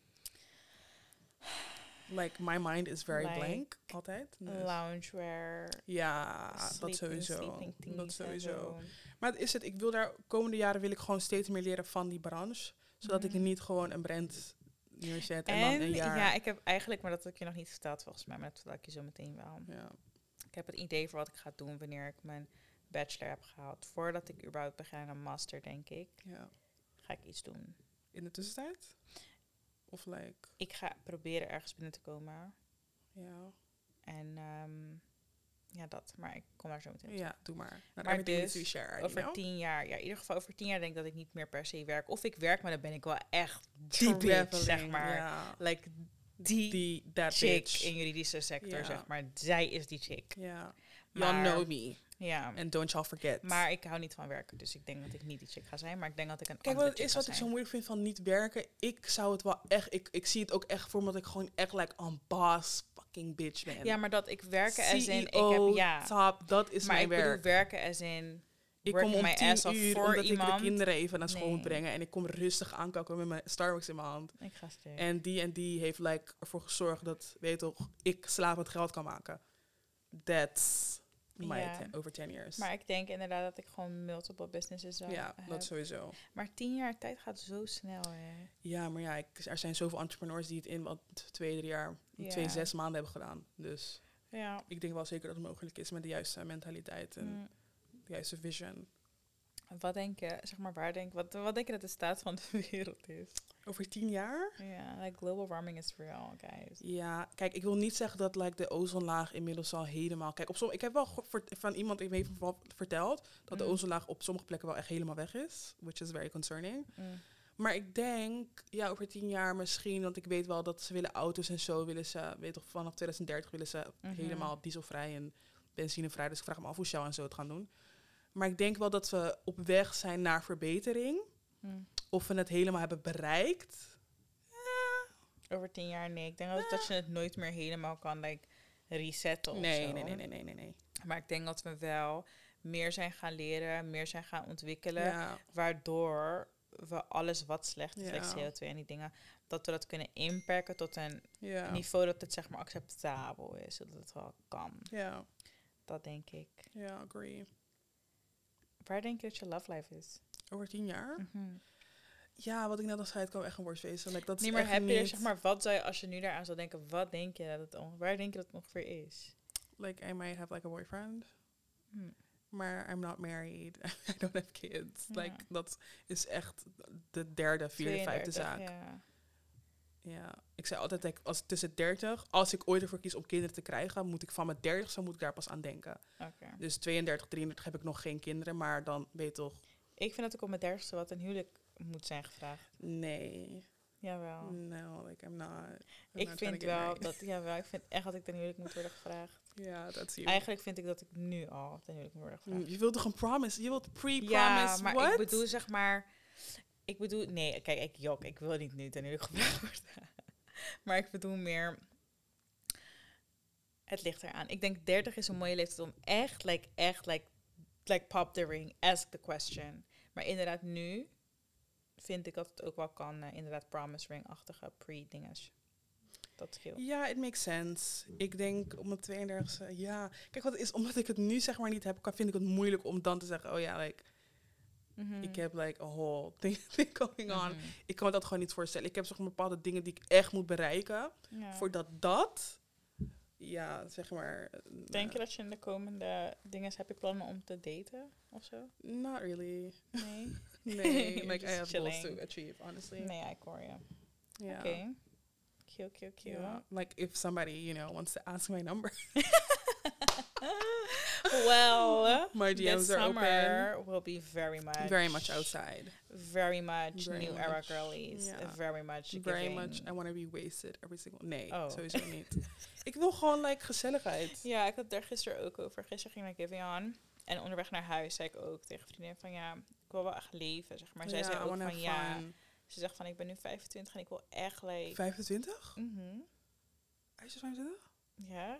Like, my mind is very Like, blank, altijd. Dus- Loungewear. Ja, dat sleeping- sowieso. sleeping Dat thingies en sowieso. zo. Maar het is het, ik wil daar, komende jaren wil ik gewoon steeds meer leren van die branche. Zodat Mhm. ik niet gewoon een brand neerzet en, En dan een jaar... ja, ik heb eigenlijk, maar dat heb ik je nog niet verteld volgens mij, maar dat vertel ik je zo meteen wel. Ja. Ik heb het idee voor wat ik ga doen wanneer ik mijn bachelor heb gehaald. Voordat ik überhaupt begin aan een master, denk ik, ja. ga ik iets doen. In de tussentijd? Of like... Ik ga proberen ergens binnen te komen. Ja, En ehm, ja, dat. Maar ik kom daar zo meteen op. ja doe maar. Not Maar everything dus, needs to be shared, Over you know? tien jaar, ja, in ieder geval over tien jaar denk ik dat ik niet meer per se werk. Of ik werk, maar dan ben ik wel echt Deep rich, leveling, zeg maar. Ja. Like die, Die, that chick bitch. in juridische sector, Ja. zeg maar. Zij is die chick. Ja. Y'all Maar- know me. Ja. And don't y'all forget. Maar ik hou niet van werken, dus ik denk dat ik niet die chick ga zijn. Maar ik denk dat ik een Kijk, andere wat het chick is ga wat ik zo zijn. moeilijk vind van niet werken. Ik zou het wel echt... Ik, ik zie het ook echt voor me dat ik gewoon echt like een boss fucking bitch ben. Ja, maar dat ik werken as in... Ik C E O, heb, ja, top, dat is maar mijn ik werk. bedoel werken as in... Ik working kom om my tien ass off uur voor omdat ik iemand. de kinderen even naar school Nee. moet brengen. En ik kom rustig aankomen met mijn Starbucks in mijn hand. Ik ga stuk. En die en die heeft like, ervoor gezorgd dat, weet je toch, ik slapend geld kan maken. That's my Ja. ten- over ten years. Maar ik denk inderdaad dat ik gewoon multiple businesses zou ja, heb. dat sowieso. Maar tien jaar tijd gaat zo snel, hè. Ja, maar ja, ik, er zijn zoveel entrepreneurs die het in wat twee, drie jaar, Ja. twee, zes maanden hebben gedaan. Dus Ja. ik denk wel zeker dat het mogelijk is met de juiste mentaliteit en Mm. de juiste vision. Wat denk je, zeg maar, waar denk, wat, wat denk je dat de staat van de wereld is? Over tien jaar? Ja, like global warming is real, guys. Ja, kijk, ik wil niet zeggen dat like, de ozonlaag inmiddels al helemaal... Kijk, op som, ik heb wel ge- ver- van iemand die me heeft v- verteld dat de Mm. ozonlaag op sommige plekken wel echt helemaal weg is. Which is very concerning. Mm. Maar ik denk, ja, over tien jaar misschien, want ik weet wel dat ze willen auto's en zo, willen ze, weet toch, vanaf twintig dertig willen ze Mhm. helemaal dieselvrij en benzinevrij. Dus ik vraag me af hoe Shell en zo het gaan doen. Maar ik denk wel dat we op weg zijn naar verbetering. Mm. Of we het helemaal hebben bereikt. Over tien jaar, nee. Ik denk dat, dat je het nooit meer helemaal kan, like, resetten of Nee, zo. nee, nee, nee, nee, nee, nee. Maar ik denk dat we wel meer zijn gaan leren, meer zijn gaan ontwikkelen. Ja, Waardoor we alles wat slecht is, Ja. like C O twee en die dingen, dat we dat kunnen inperken tot een ja, niveau dat het zeg maar acceptabel is. Zodat het wel kan. ja, Dat denk ik. ja, agree. Waar denk je dat je love life is? Over tien jaar? Mhm. Ja, wat ik net al zei, het kan echt een worst wezen. Like, dat is Nee, maar echt heb je er, niet- zeg maar, wat zou je, als je nu daaraan zou denken, wat denk je dat het ongeveer, waar denk je dat het ongeveer is? Like, I might have like a boyfriend. Hm. Maar I'm not married. I don't have kids. Ja. Like, dat is echt de derde, vierde, vijfde tweeëndertig, zaak. Ja. Ja. Ik zei altijd, like, als tussen dertig, als ik ooit ervoor kies om kinderen te krijgen, moet ik van mijn dertigste moet ik daar pas aan denken. Oké. Dus tweeëndertig, drieëndertig heb ik nog geen kinderen, maar dan weet je toch, Ik vind dat ik op mijn dertigste wat een huwelijk moet zijn gevraagd. nee. Jawel. No, like, I'm not. I'm Ik not trying vind to get wel married. dat, jawel, ik vind echt dat ik ten huwelijk moet worden gevraagd. Ja, dat zie je. Eigenlijk vind ik dat ik nu al ten huwelijk moet worden gevraagd. Je wilt toch een promise? Je wilt pre-promise? Ja, maar What? ik bedoel zeg maar... Ik bedoel... Nee, kijk, ik jok. Ik wil niet nu ten huwelijk gevraagd worden. Maar ik bedoel meer... Het ligt eraan. Ik denk dertig is een mooie leeftijd om echt, like, echt, like, like, pop the ring, ask the question. Maar inderdaad nu vind ik dat het ook wel kan. Uh, inderdaad promise ring-achtige pre-dinges. Dat scheelt. Ja, it makes sense. Ik denk om mijn tweeëndertigste, ja. Kijk, wat het is, omdat ik het nu zeg maar niet heb, kan, vind ik het moeilijk om dan te zeggen, oh ja, like, mm-hmm. ik heb like a whole thing, thing going on. Mm-hmm. Ik kan me dat gewoon niet voorstellen. Ik heb zeg maar bepaalde dingen die ik echt moet bereiken. Ja. Voordat dat, ja, zeg maar. Denk uh, je dat je in de komende dingen, heb je plannen om te daten of zo? Not really. Nee. Nee, like I have chilling. Goals to achieve, honestly. Nee, ik hoor je. Ja. Oké. Okay. Cute, cute, cute. Yeah. Like if somebody, you know, wants to ask my number. Well, my D Ms this are summer open. will be very much, very much outside. Very much very new much. era girlies. Yeah. Very much. Very giving. much. I want to be wasted every single. Nee, oh. sowieso niet. Ik wil gewoon like gezelligheid. Ja, ik had daar gisteren ook over. Gisteren ging ik naar Giveon. En onderweg naar huis zei ik ook tegen vriendin van ja, ik wil wel echt leven, zeg maar. Zij yeah, zei ook van ja. Fun. Ze zegt van ik ben nu vijfentwintig en ik wil echt like. vijfentwintig? Mhm. Hij is vijfentwintig? Ja.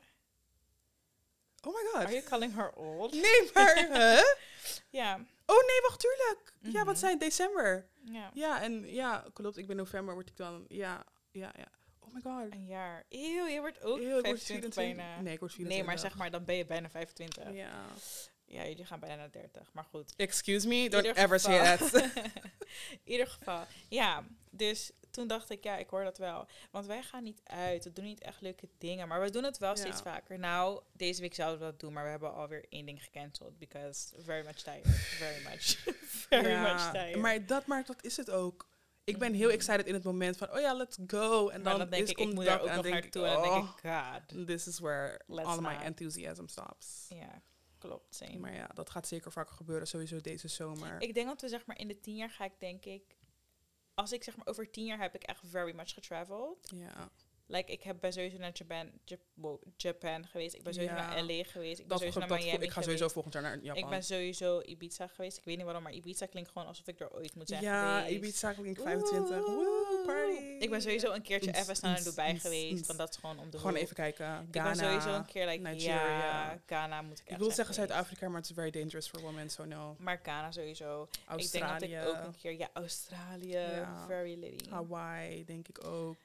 Oh my god. Are you calling her old? Nee, maar huh? Ja. Oh nee, wacht, tuurlijk. Mm-hmm. Ja, wat zijn december? Ja. Ja, en ja, klopt. Ik ben november, word ik dan, ja, ja, ja. Oh my god. Een jaar. Eeuw, je wordt ook Eeuw, vijfentwintig bijna. Nee, ik word vierentwintig. Nee, maar zeg maar, dan ben je bijna vijfentwintig. Ja. Ja, jullie gaan bijna naar dertig, maar goed. Excuse me, don't Ieder ever geval. say that. In ieder geval. Ja, dus toen dacht ik, ja, ik hoor dat wel. Want wij gaan niet uit, we doen niet echt leuke dingen, maar we doen het wel ja. steeds vaker. Nou, deze week zouden we dat doen, maar we hebben alweer één ding gecanceld. Because very much tired. Very much. very ja, much tired. Maar dat, maar dat is het ook. Ik ben heel excited in het moment van, oh ja, let's go. En dan, dan denk is, ik, ik moet daar ook nog naartoe. Oh, en dan denk ik, god. This is where let's all not. my enthusiasm stops. Ja. Klopt, same. Maar ja, dat gaat zeker vaker gebeuren, sowieso deze zomer. Ik denk dat we zeg maar in de tien jaar ga ik denk ik... Als ik zeg maar over tien jaar heb ik echt very much getraveled. Ja. Like, ik heb, ben sowieso naar Japan, Jap- Japan geweest. Ik ben sowieso ja. naar L A geweest. Ik ben dat, sowieso dat, naar Miami Ik ga geweest. sowieso volgend jaar naar Japan. Ik ben sowieso Ibiza geweest. Ik weet niet waarom, maar Ibiza klinkt gewoon alsof ik er ooit moet zijn ja, geweest. Ja, Ibiza klinkt vijfentwintig. Woe, party. Ik ben sowieso een keertje ins, even snel naar Dubai ins, geweest. Ins. Want dat is gewoon om de Gewoon hoek. even kijken. Ghana, ik ben sowieso een keer, like, Nigeria. Ja, Ghana moet ik echt Ik wil zeggen geweest. Zuid-Afrika, maar het is very dangerous for women, so no. Maar Ghana sowieso. Australië. Ik denk dat ik ook een keer... Ja, Australië. Ja. Very litty. Hawaii, denk ik ook.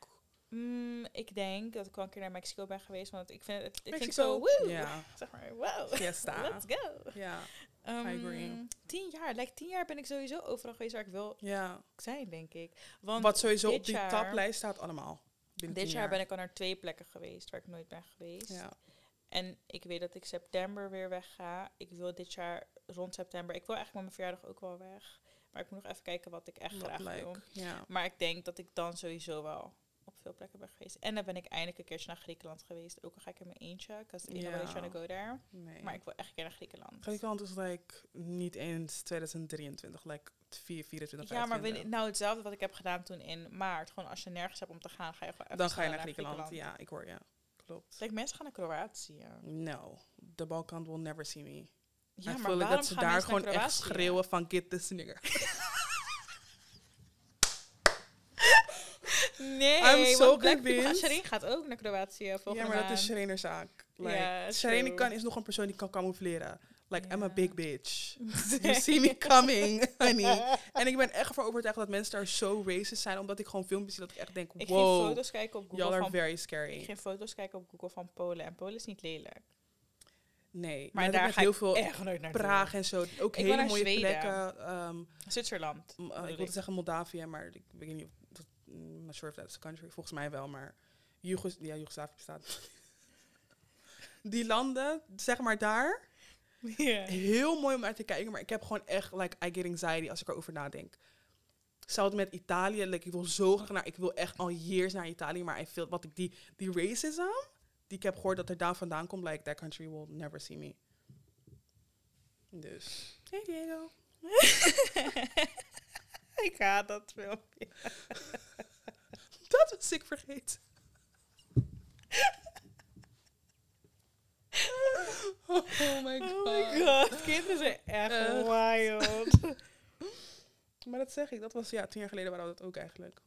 Mm, ik denk dat ik wel een keer naar Mexico ben geweest, want ik vind het, het klinkt Mexico. zo, woe, ja. zeg maar, wow, Fiesta. let's go. Ja, um, I agree. Tien jaar, like tien jaar ben ik sowieso overal geweest waar ik wil ja. zijn, denk ik. Want wat sowieso op die jaar, taplijst staat allemaal. Dit jaar, jaar ben ik al naar twee plekken geweest waar ik nooit ben geweest. Ja. En ik weet dat ik september weer weg ga. Ik wil dit jaar rond september, ik wil eigenlijk met mijn verjaardag ook wel weg. Maar ik moet nog even kijken wat ik echt Not graag like, wil. ja. Maar ik denk dat ik dan sowieso wel op veel plekken ben geweest. En dan ben ik eindelijk een keertje naar Griekenland geweest. Ook al ga ik in mijn eentje, because yeah. nobody's trying to go there. Nee. Maar ik wil echt een keer naar Griekenland. Griekenland is like niet eens tweeduizend drieëntwintig, like vier, vierentwintig, ja, maar we, nou hetzelfde wat ik heb gedaan toen in maart. Gewoon als je nergens hebt om te gaan, ga je gewoon even dan ga je naar, naar Griekenland. Griekenland. Ja, ik hoor, ja. Klopt. Kijk, mensen gaan naar Kroatië. No, the Balkan will never see me. Ja, I maar waarom dat ze gaan daar mensen gewoon naar echt schreeuwen van get this nigger. Nee, I'm so convinced. Shireen gaat ook naar Kroatië volgende Ja, maar maand. dat is Shireen's zaak. Like, ja, Shireen kan, is nog een persoon die kan camoufleren. Like, yeah. I'm a big bitch. You see me coming, honey. En ik ben echt ervan overtuigd dat mensen daar zo racist zijn, omdat ik gewoon filmpjes zie dat ik echt denk, wow. Ik ging foto's kijken op Google y'all are van, very scary. Ik ging foto's kijken op Google van Polen. En Polen is niet lelijk. Nee, maar, maar daar ga heel veel echt nooit naar Praag en zo. Ook ik hele mooie Zweden. plekken. Um, Zwitserland. M- uh, ik wilde zeggen Moldavië, maar ik weet niet of dat, I'm not sure if that's a country. Volgens mij wel, maar Jugos- ja, Joegoslavië bestaat. Die landen, zeg maar daar. Yeah. Heel mooi om naar te kijken, maar ik heb gewoon echt, like, I get anxiety als ik erover nadenk. Hetzelfde met Italië. Like, ik wil zo graag naar, ik wil echt al years naar Italië, maar I feel, wat ik die, die racism, die ik heb gehoord dat er daar vandaan komt, like, that country will never see me. Dus, hey Diego. Ik haat dat filmpje. Dat was ik vergeten. Oh my god. Oh my god. Kinderen zijn echt uh. wild. Maar dat zeg ik. Dat was, ja, tien jaar geleden waren we dat ook eigenlijk.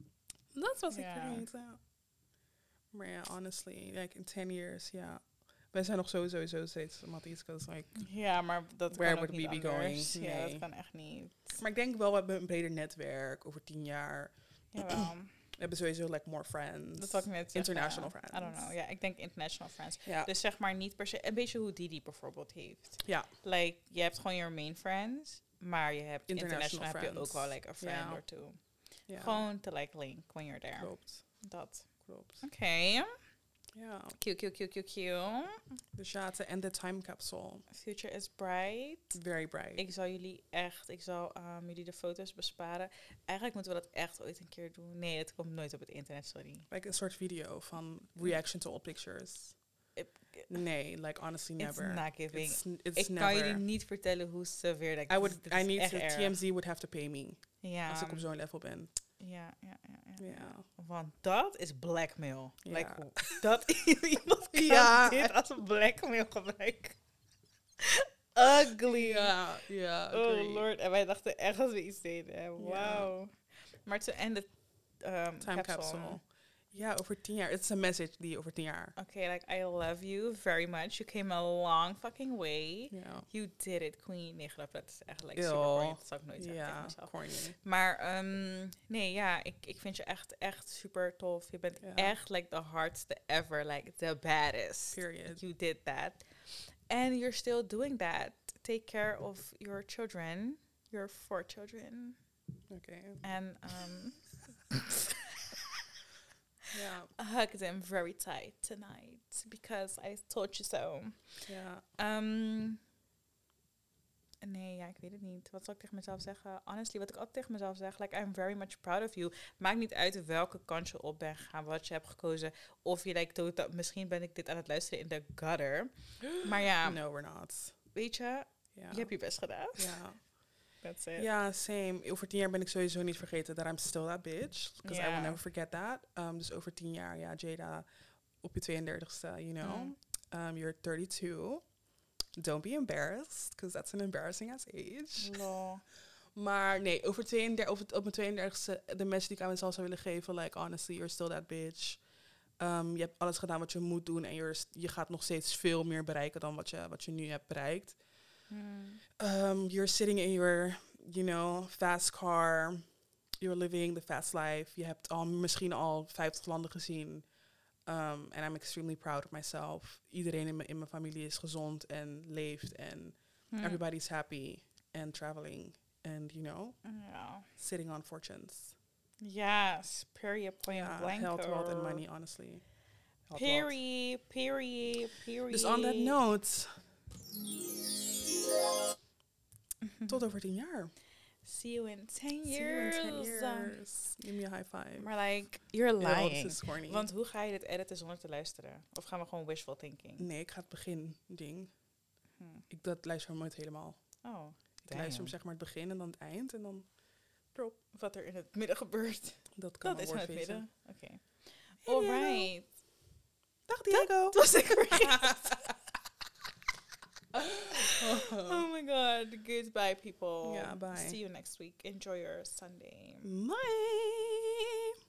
Dat was ik ja. vergeten. Maar ja, honestly, like in ten years, ja. Ik Wij zijn nog sowieso sowieso steeds matties, because like... Ja, maar dat Where kan ook would niet we be anders. going? Ja, Nee. dat kan echt niet. Maar ik denk wel, we hebben een breder netwerk over tien jaar. Jawel. We hebben sowieso like more friends. Dat wil ik net zeggen. International friends. I don't know. Ja, ik denk international friends. Ja. Dus zeg maar niet per se... Een beetje hoe Didi bijvoorbeeld heeft. Ja. Like, je hebt gewoon je main friends. Maar je hebt International international, heb je friends. ook wel like a friend Ja. or two. Ja. Gewoon te like link when you're there. Klopt. Dat. Klopt. Oké. Ja. Q, Q, Q, Q, Q. Dus ja, to end the time capsule. Future is bright. Very bright. Ik zal jullie echt, ik zal um, jullie de foto's besparen. Eigenlijk moeten we dat echt ooit een keer doen. Nee, het komt nooit op het internet, sorry. Like een soort video van reaction to all pictures. Nee, like honestly It's never. not giving. It's, n- it's Ik never. kan jullie niet vertellen hoe severe dat I would. dit I is need echt to, erg. T M Z would have to pay me Ja, als ik op zo'n level ben. ja, ja, ja, ja. Ja. Want dat is blackmail. Ja. Like, hoe- dat iemand kan Ja. dit als blackmail gebruiken. Ugly. Ja, ja. Oh agree. lord. En wij dachten echt dat we iets deden. Ja. Wauw. Maar to end the um, Time capsule. capsule. Ja, over tien jaar. Het is een message die over tien jaar. Okay, like I love you very much. You came a long fucking way. Ja. You did it, queen. Nee, grap, dat is echt like Ew. super corny. Dat zou ik nooit zeggen tegen Ja, mezelf. corny. Maar um, nee, ja, ik, ik vind je echt, echt super tof. Je bent Ja. echt like the hardste ever, like the baddest. Period. You did that. And you're still doing that. Take care of your children, your four children. Oké. And um, Ja. hug them very tight tonight because I told you so. Ja. Um, nee, ja, ik weet het niet. Wat zal ik tegen mezelf zeggen? Honestly, wat ik altijd tegen mezelf zeg, like, I'm very much proud of you. Maakt niet uit welke kant je op bent gegaan, wat je hebt gekozen. Of je like, doet dat, misschien ben ik dit aan het luisteren in de gutter. Maar ja, No, we're not. weet je, Ja. je hebt je best gedaan. Ja. That's it. Ja, same. Over tien jaar ben ik sowieso niet vergeten that I'm still that bitch. Because I Ja. will never forget that. Um, dus over tien jaar, ja, Jada, op je tweeëndertigste, you know. Mm. Um, you're thirty-two. Don't be embarrassed, because that's an embarrassing ass age. Lol. Maar nee, over tweeëndertig, over, op mijn tweeëndertigste, de message die ik aan mezelf zou willen geven, like, honestly, you're still that bitch. Um, je hebt alles gedaan wat je moet doen en you're st- je gaat nog steeds veel meer bereiken dan wat je, wat je nu hebt bereikt. Hmm. Um, you're sitting in your, you know, fast car. You're living the fast life. Je hebt al misschien al vijftig landen gezien. Um, and I'm extremely proud of myself. Iedereen in mijn in mijn familie is gezond en leeft en Hmm. everybody's happy and traveling and, you know, Ja. sitting on fortunes. Yes, period, point Ja, blank. health, wealth and money, honestly. Health, wealth. Period, period, period. Dus on that note, tot over tien jaar. See you in ten See you in years. ten years. Give me a high five. Maar like, you're Ew, lying. this is corny. Want hoe ga je dit editen zonder te luisteren? Of gaan we gewoon wishful thinking? Nee, ik ga het begin ding. Hmm. Ik dat luister hem nooit helemaal. Oh, Ik luister hem zeg maar het begin en dan het eind en dan drop. wat er in het midden gebeurt. Dat kan Dat is wel in het woord midden. wezen. Oké. Hey, Alright. Dag Diego. Dat was ik vergeten. Oh my god. Goodbye, people. Ja, bye. See you next week. Enjoy your Sunday. Bye.